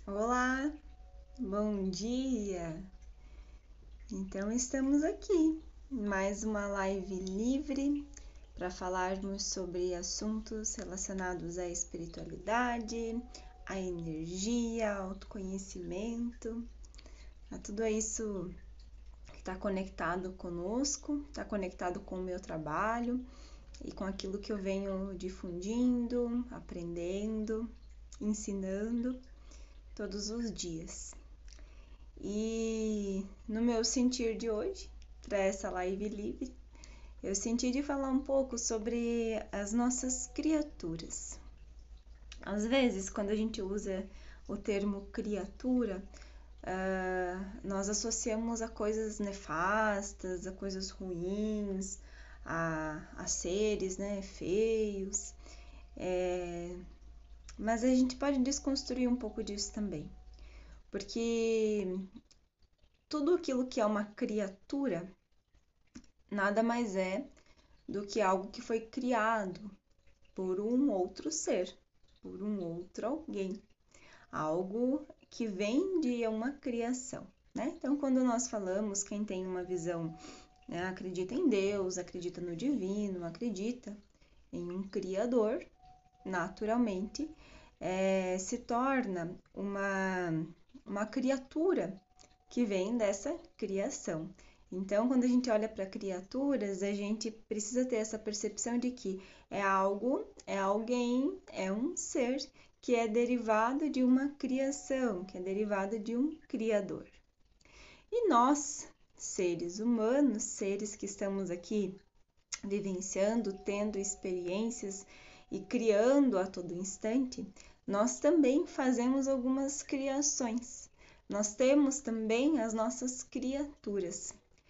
Olá, bom dia! Então estamos aqui, mais uma live livre para falarmos sobre assuntos relacionados à espiritualidade, à energia, ao autoconhecimento, a tudo isso que está conectado conosco, está conectado com o meu trabalho e com aquilo que eu venho difundindo, aprendendo, ensinando todos os dias. E no meu sentir de hoje, para essa live livre, eu senti de falar um pouco sobre as nossas criaturas. Às vezes, quando a gente usa o termo criatura, nós associamos a coisas nefastas, a coisas ruins, a seres, né, feios. Mas a gente pode desconstruir um pouco disso também. Porque tudo aquilo que é uma criatura nada mais é do que algo que foi criado por um outro ser, por um outro alguém, algo que vem de uma criação, né? Então, quando nós falamos, quem tem uma visão, né, acredita em Deus, acredita no divino, acredita em um criador, naturalmente, se torna uma criatura que vem dessa criação. Então, quando a gente olha para criaturas, a gente precisa ter essa percepção de que é algo, é alguém, é um ser que é derivado de uma criação, que é derivado de um criador. E nós, seres humanos, seres que estamos aqui vivenciando, tendo experiências e criando a todo instante, nós também fazemos algumas criações. Nós temos também as nossas criaturas.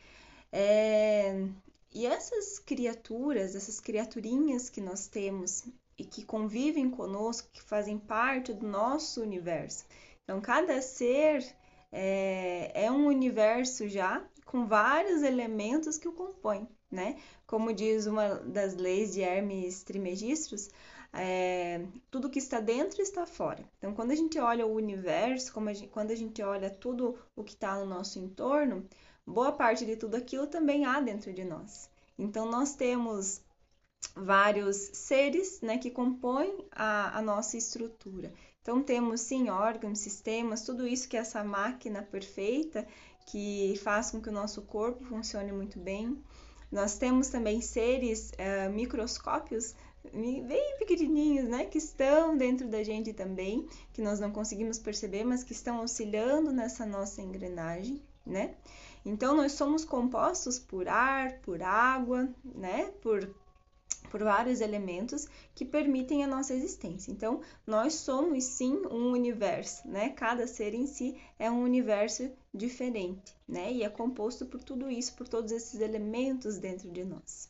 E essas criaturas, essas criaturinhas que nós temos e que convivem conosco, que fazem parte do nosso universo. Então, cada ser é um universo já com vários elementos que o compõem, né? Como diz uma das leis de Hermes Trismegistus, tudo que está dentro está fora. Então, quando a gente olha o universo, quando a gente olha tudo o que está no nosso entorno, boa parte de tudo aquilo também há dentro de nós. Então, nós temos vários seres, né, que compõem a nossa estrutura. Então, temos sim órgãos, sistemas, tudo isso que é essa máquina perfeita que faz com que o nosso corpo funcione muito bem. Nós temos também seres microscópios bem pequenininhos, né, que estão dentro da gente também, que nós não conseguimos perceber, mas que estão auxiliando nessa nossa engrenagem, né? Então, nós somos compostos por ar, por água, né, por vários elementos que permitem a nossa existência. Então, nós somos sim um universo, né? Cada ser em si é um universo diferente, né? E é composto por tudo isso, por todos esses elementos dentro de nós.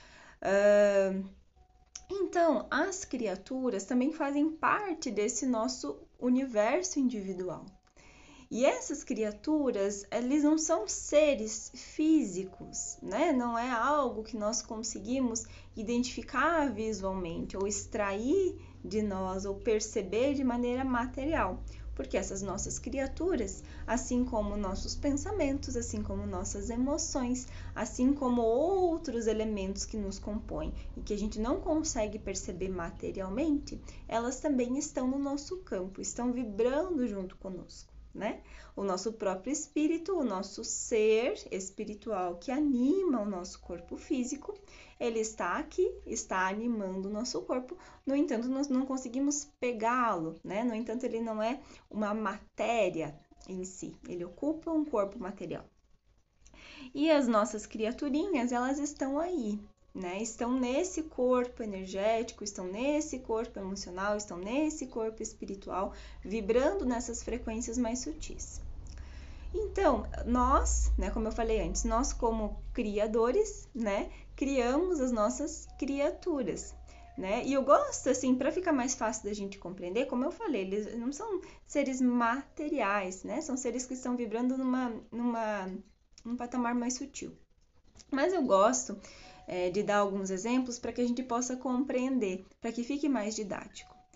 Então, as criaturas também fazem parte desse nosso universo individual. E essas criaturas, eles não são seres físicos, né? Não é algo que nós conseguimos identificar visualmente ou extrair de nós ou perceber de maneira material. Porque essas nossas criaturas, assim como nossos pensamentos, assim como nossas emoções, assim como outros elementos que nos compõem e que a gente não consegue perceber materialmente, elas também estão no nosso campo, estão vibrando junto conosco. Né? O nosso próprio espírito, o nosso ser espiritual que anima o nosso corpo físico, ele está aqui, está animando o nosso corpo, no entanto, nós não conseguimos pegá-lo, né? No entanto, ele não é uma matéria em si, ele ocupa um corpo material. E as nossas criaturinhas, elas estão aí, né? Estão nesse corpo energético, estão nesse corpo emocional, estão nesse corpo espiritual, vibrando nessas frequências mais sutis. Então, nós, né, como eu falei antes, nós como criadores, né, criamos as nossas criaturas, né? E eu gosto, assim, para ficar mais fácil da gente compreender, como eu falei, eles não são seres materiais, né? São seres que estão vibrando num patamar mais sutil. Mas eu gosto de dar alguns exemplos para que a gente possa compreender, para que fique mais didático.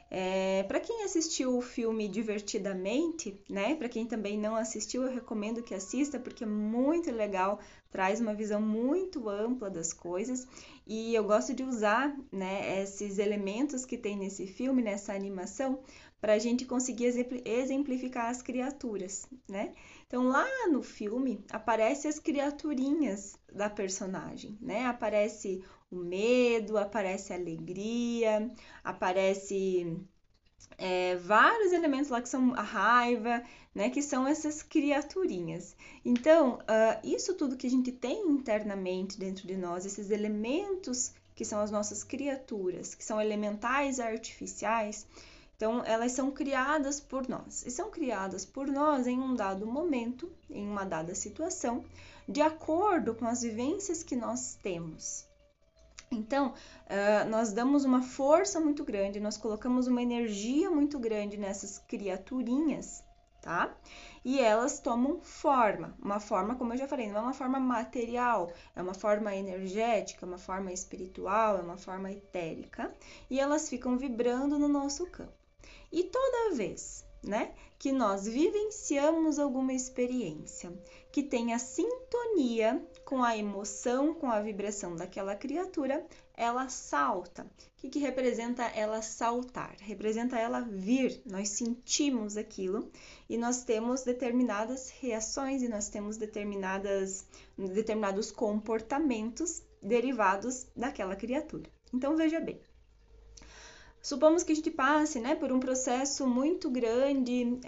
Para quem assistiu o filme Divertidamente, né? Para quem também não assistiu, eu recomendo que assista porque é muito legal, traz uma visão muito ampla das coisas e eu gosto de usar, né, esses elementos que tem nesse filme, nessa animação, para a gente conseguir exemplificar as criaturas, né? Então lá no filme aparecem as criaturinhas da personagem, né? Aparece o medo, aparece a alegria, aparece vários elementos lá que são a raiva, né, que são essas criaturinhas. Então, isso tudo que a gente tem internamente dentro de nós, esses elementos que são as nossas criaturas, que são elementais artificiais, então elas são criadas por nós. E são criadas por nós em um dado momento, em uma dada situação, de acordo com as vivências que nós temos. Então, nós damos uma força muito grande, nós colocamos uma energia muito grande nessas criaturinhas, tá? E elas tomam forma, uma forma, como eu já falei, não é uma forma material, é uma forma energética, uma forma espiritual, é uma forma etérica, e elas ficam vibrando no nosso campo. E toda vez, né, que nós vivenciamos alguma experiência que tenha sintonia com a emoção, com a vibração daquela criatura, ela salta. O que representa ela saltar? Representa ela vir, nós sentimos aquilo e nós temos determinadas reações e nós temos determinados comportamentos derivados daquela criatura. Então veja bem, supomos que a gente passe, né, por um processo muito grande,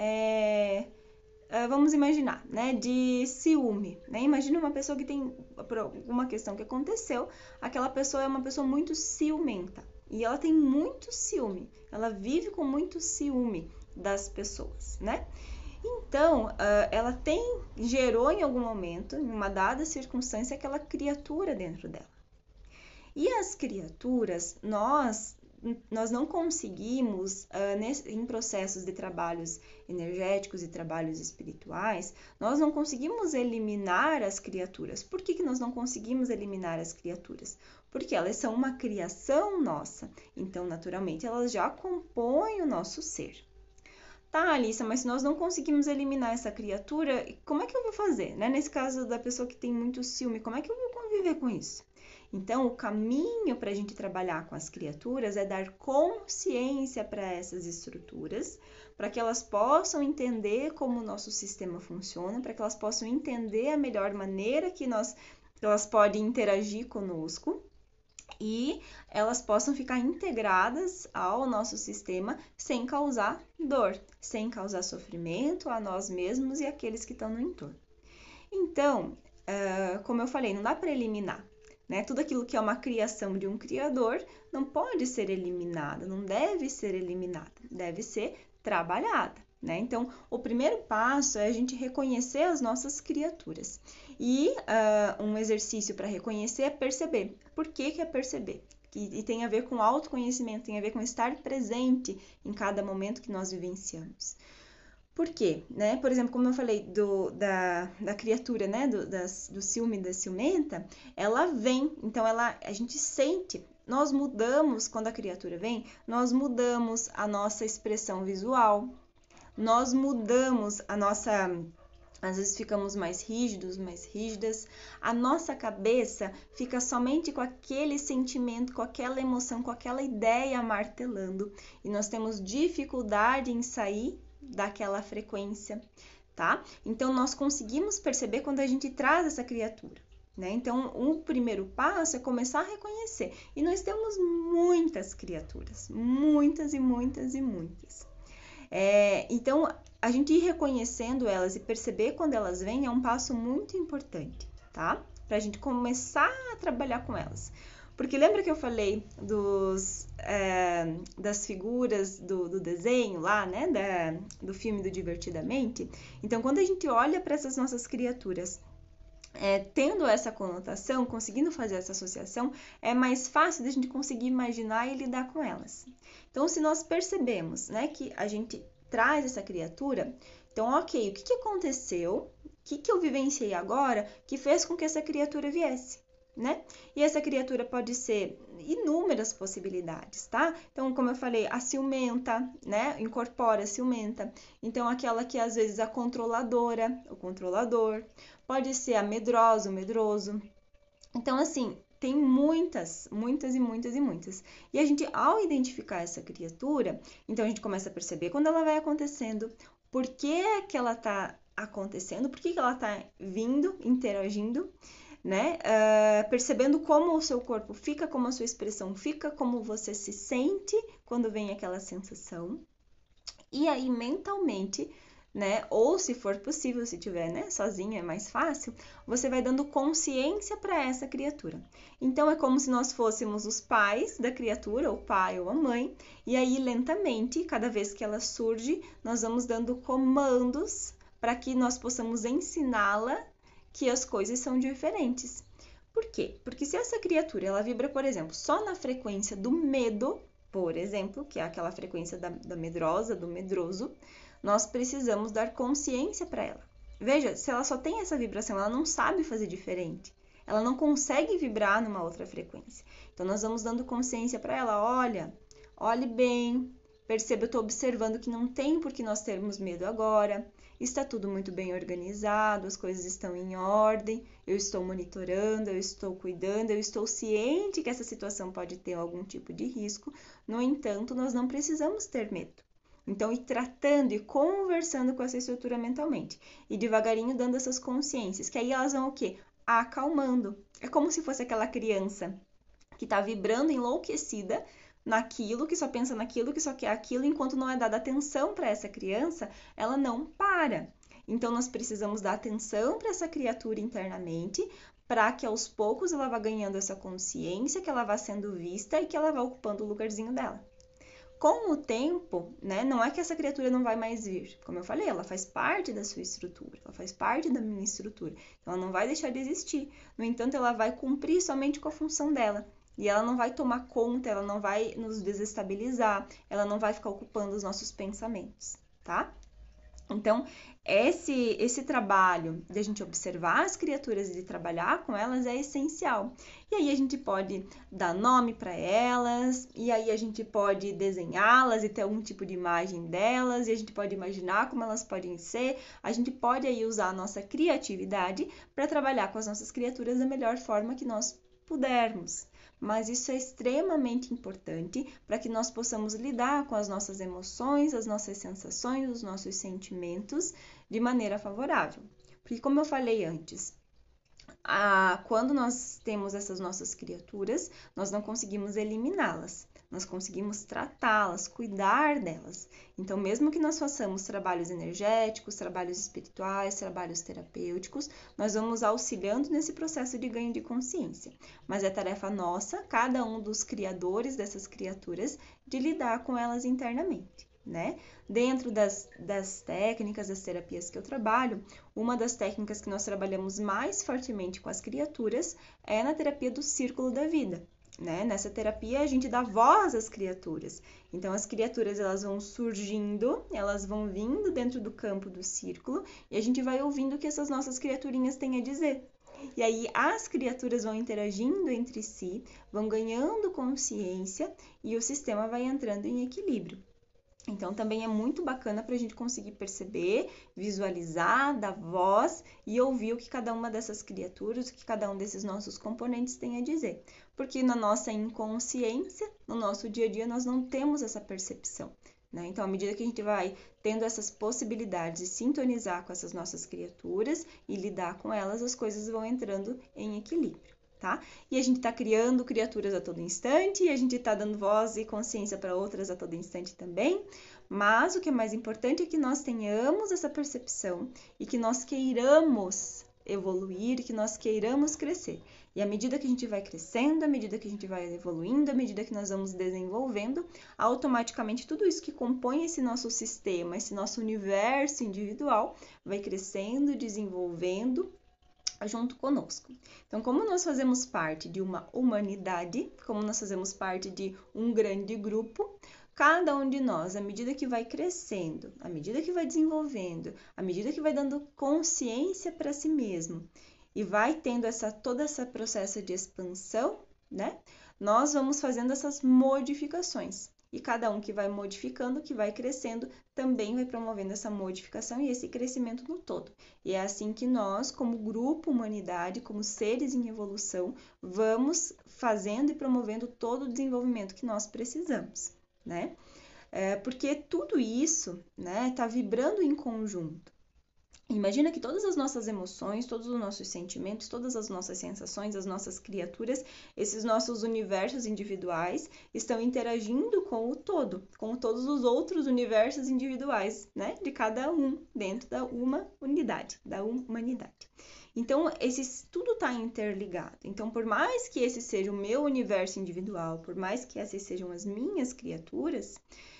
vamos imaginar, né, de ciúme, né? Imagina uma pessoa que tem, por alguma questão que aconteceu, aquela pessoa é uma pessoa muito ciumenta e ela tem muito ciúme, ela vive com muito ciúme das pessoas, né? Então, ela gerou em algum momento, em uma dada circunstância, aquela criatura dentro dela. E as criaturas, nós não conseguimos, em processos de trabalhos energéticos e trabalhos espirituais, nós não conseguimos eliminar as criaturas. Por que nós não conseguimos eliminar as criaturas? Porque elas são uma criação nossa, então naturalmente elas já compõem o nosso ser. Tá, Alissa, mas se nós não conseguimos eliminar essa criatura, como é que eu vou fazer? Né? Nesse caso da pessoa que tem muito ciúme, como é que eu vou conviver com isso? Então, o caminho para a gente trabalhar com as criaturas é dar consciência para essas estruturas, para que elas possam entender como o nosso sistema funciona, para que elas possam entender a melhor maneira que elas podem interagir conosco e elas possam ficar integradas ao nosso sistema sem causar dor, sem causar sofrimento a nós mesmos e àqueles que estão no entorno. Então, como eu falei, não dá para eliminar. Né? Tudo aquilo que é uma criação de um criador não pode ser eliminado, não deve ser eliminado, deve ser trabalhada. Né? Então, o primeiro passo é a gente reconhecer as nossas criaturas. E um exercício para reconhecer é perceber. Por que é perceber? E tem a ver com autoconhecimento, tem a ver com estar presente em cada momento que nós vivenciamos. Por quê? Né? Por exemplo, como eu falei da criatura, né? do ciúme, da ciumenta, ela vem, então a gente sente, nós mudamos, quando a criatura vem, nós mudamos a nossa expressão visual, nós mudamos às vezes ficamos mais rígidos, mais rígidas, a nossa cabeça fica somente com aquele sentimento, com aquela emoção, com aquela ideia martelando, e nós temos dificuldade em sair daquela frequência, tá? Então, nós conseguimos perceber quando a gente traz essa criatura, né? Então, o primeiro passo é começar a reconhecer. E nós temos muitas criaturas, muitas e muitas e muitas. Então, a gente ir reconhecendo elas e perceber quando elas vêm é um passo muito importante, tá? Pra gente começar a trabalhar com elas. Porque lembra que eu falei das figuras do desenho lá, né? Do filme do Divertidamente? Então, quando a gente olha para essas nossas criaturas, tendo essa conotação, conseguindo fazer essa associação, é mais fácil da gente conseguir imaginar e lidar com elas. Então, se nós percebemos, né, que a gente traz essa criatura, então, ok, o que aconteceu? O que eu vivenciei agora que fez com que essa criatura viesse? né? E essa criatura pode ser inúmeras possibilidades, tá? Então, como eu falei, a ciumenta, né? Incorpora a ciumenta. Então, aquela que às vezes a controladora, o controlador, pode ser a medrosa, o medroso. Então, assim, tem muitas. E a gente, ao identificar essa criatura, então a gente começa a perceber quando ela vai acontecendo, por que que ela tá acontecendo, por que que ela tá vindo, interagindo, né? Percebendo como o seu corpo fica, como a sua expressão fica, como você se sente quando vem aquela sensação. E aí, mentalmente, né? Ou se for possível, se tiver, né, sozinha é mais fácil, você vai dando consciência para essa criatura. Então é como se nós fôssemos os pais da criatura, o pai ou a mãe, e aí lentamente, cada vez que ela surge, nós vamos dando comandos para que nós possamos ensiná-la que as coisas são diferentes. Por quê? Porque se essa criatura ela vibra, por exemplo, só na frequência do medo, por exemplo, que é aquela frequência da medrosa, do medroso, nós precisamos dar consciência para ela. Veja, se ela só tem essa vibração, ela não sabe fazer diferente. Ela não consegue vibrar numa outra frequência. Então, nós vamos dando consciência para ela. Olha, olhe bem, perceba, eu estou observando que não tem por que nós termos medo agora. Está tudo muito bem organizado, as coisas estão em ordem, eu estou monitorando, eu estou cuidando, eu estou ciente que essa situação pode ter algum tipo de risco. No entanto, nós não precisamos ter medo. Então, ir tratando e conversando com essa estrutura mentalmente. E devagarinho dando essas consciências, que aí elas vão o quê? Acalmando. É como se fosse aquela criança que está vibrando enlouquecida naquilo, que só pensa naquilo, que só quer aquilo, enquanto não é dada atenção para essa criança, ela não para. Então, nós precisamos dar atenção para essa criatura internamente, para que aos poucos ela vá ganhando essa consciência, que ela vá sendo vista e que ela vá ocupando o lugarzinho dela. Com o tempo, né, não é que essa criatura não vai mais vir. Como eu falei, ela faz parte da sua estrutura, ela faz parte da minha estrutura. Então, ela não vai deixar de existir. No entanto, ela vai cumprir somente com a função dela. E ela não vai tomar conta, ela não vai nos desestabilizar, ela não vai ficar ocupando os nossos pensamentos, tá? Então, esse trabalho de a gente observar as criaturas e de trabalhar com elas é essencial. E aí a gente pode dar nome para elas, e aí a gente pode desenhá-las e ter algum tipo de imagem delas, e a gente pode imaginar como elas podem ser. A gente pode aí usar a nossa criatividade para trabalhar com as nossas criaturas da melhor forma que nós pudermos. Mas isso é extremamente importante para que nós possamos lidar com as nossas emoções, as nossas sensações, os nossos sentimentos de maneira favorável. Porque, como eu falei antes, quando nós temos essas nossas criaturas, nós não conseguimos eliminá-las, nós conseguimos tratá-las, cuidar delas. Então, mesmo que nós façamos trabalhos energéticos, trabalhos espirituais, trabalhos terapêuticos, nós vamos auxiliando nesse processo de ganho de consciência. Mas é tarefa nossa, cada um dos criadores dessas criaturas, de lidar com elas internamente. Né? Dentro das técnicas, das terapias que eu trabalho, uma das técnicas que nós trabalhamos mais fortemente com as criaturas é na terapia do círculo da vida. Né? Nessa terapia a gente dá voz às criaturas. Então as criaturas elas vão surgindo, elas vão vindo dentro do campo do círculo e a gente vai ouvindo o que essas nossas criaturinhas têm a dizer. E aí as criaturas vão interagindo entre si, vão ganhando consciência e o sistema vai entrando em equilíbrio. Então, também é muito bacana para a gente conseguir perceber, visualizar, dar voz e ouvir o que cada uma dessas criaturas, o que cada um desses nossos componentes tem a dizer. Porque na nossa inconsciência, no nosso dia a dia, nós não temos essa percepção. Né? Então, à medida que a gente vai tendo essas possibilidades de sintonizar com essas nossas criaturas e lidar com elas, as coisas vão entrando em equilíbrio. Tá? E a gente está criando criaturas a todo instante, e a gente está dando voz e consciência para outras a todo instante também, mas o que é mais importante é que nós tenhamos essa percepção e que nós queiramos evoluir, que nós queiramos crescer. E à medida que a gente vai crescendo, à medida que a gente vai evoluindo, à medida que nós vamos desenvolvendo, automaticamente tudo isso que compõe esse nosso sistema, esse nosso universo individual, vai crescendo, desenvolvendo, junto conosco. Então, como nós fazemos parte de uma humanidade, como nós fazemos parte de um grande grupo, cada um de nós, à medida que vai crescendo, à medida que vai desenvolvendo, à medida que vai dando consciência para si mesmo e vai tendo todo esse processo de expansão, né? Nós vamos fazendo essas modificações. E cada um que vai modificando, que vai crescendo, também vai promovendo essa modificação e esse crescimento no todo. E é assim que nós, como grupo humanidade, como seres em evolução, vamos fazendo e promovendo todo o desenvolvimento que nós precisamos, né? Porque tudo isso, né, tá vibrando em conjunto. Imagina que todas as nossas emoções, todos os nossos sentimentos, todas as nossas sensações, as nossas criaturas, esses nossos universos individuais estão interagindo com o todo, com todos os outros universos individuais, né? De cada um dentro da uma unidade, da humanidade. Então, tudo está interligado. Então, por mais que esse seja o meu universo individual, por mais que essas sejam as minhas criaturas,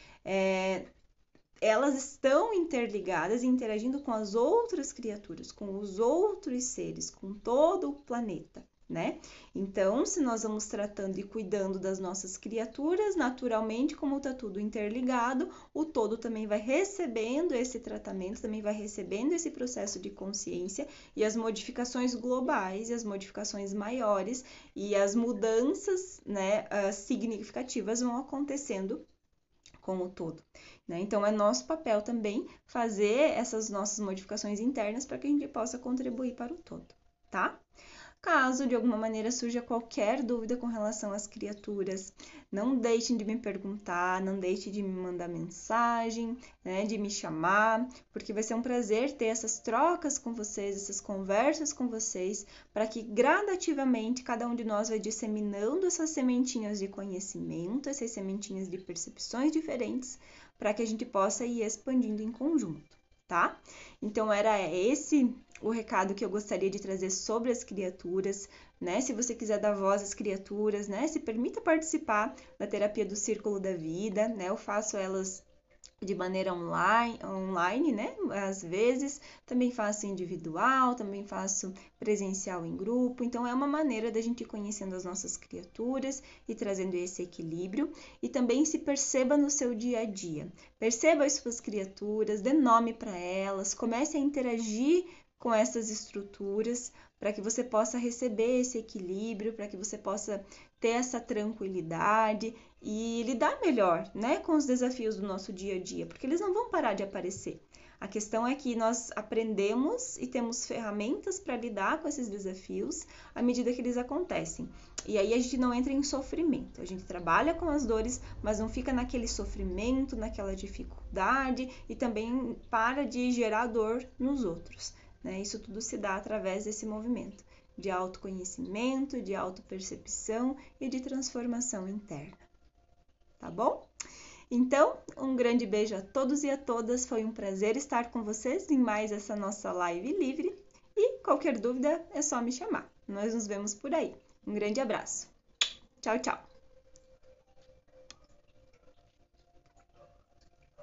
elas estão interligadas e interagindo com as outras criaturas, com os outros seres, com todo o planeta, né? Então, se nós vamos tratando e cuidando das nossas criaturas, naturalmente, como está tudo interligado, o todo também vai recebendo esse tratamento, também vai recebendo esse processo de consciência e as modificações globais e as modificações maiores e as mudanças, né, significativas vão acontecendo com o todo, né? Então, é nosso papel também fazer essas nossas modificações internas para que a gente possa contribuir para o todo, tá? Caso de alguma maneira surja qualquer dúvida com relação às criaturas, não deixem de me perguntar, não deixem de me mandar mensagem, né, de me chamar, porque vai ser um prazer ter essas trocas com vocês, essas conversas com vocês, para que gradativamente cada um de nós vai disseminando essas sementinhas de conhecimento, essas sementinhas de percepções diferentes, para que a gente possa ir expandindo em conjunto, tá? Então, era esse o recado que eu gostaria de trazer sobre as criaturas, né? Se você quiser dar voz às criaturas, né? Se permita participar da terapia do Círculo da Vida, né? Eu faço elas de maneira online, né? Às vezes, também faço individual, também faço presencial em grupo. Então, é uma maneira da gente ir conhecendo as nossas criaturas e trazendo esse equilíbrio. E também se perceba no seu dia a dia. Perceba as suas criaturas, dê nome para elas, comece a interagir com essas estruturas, para que você possa receber esse equilíbrio, para que você possa ter essa tranquilidade e lidar melhor, né, com os desafios do nosso dia a dia, porque eles não vão parar de aparecer. A questão é que nós aprendemos e temos ferramentas para lidar com esses desafios à medida que eles acontecem. E aí a gente não entra em sofrimento, a gente trabalha com as dores, mas não fica naquele sofrimento, naquela dificuldade e também para de gerar dor nos outros. Né? Isso tudo se dá através desse movimento de autoconhecimento, de autopercepção e de transformação interna. Tá bom? Então, um grande beijo a todos e a todas. Foi um prazer estar com vocês em mais essa nossa live livre. E qualquer dúvida é só me chamar. Nós nos vemos por aí. Um grande abraço. Tchau, tchau.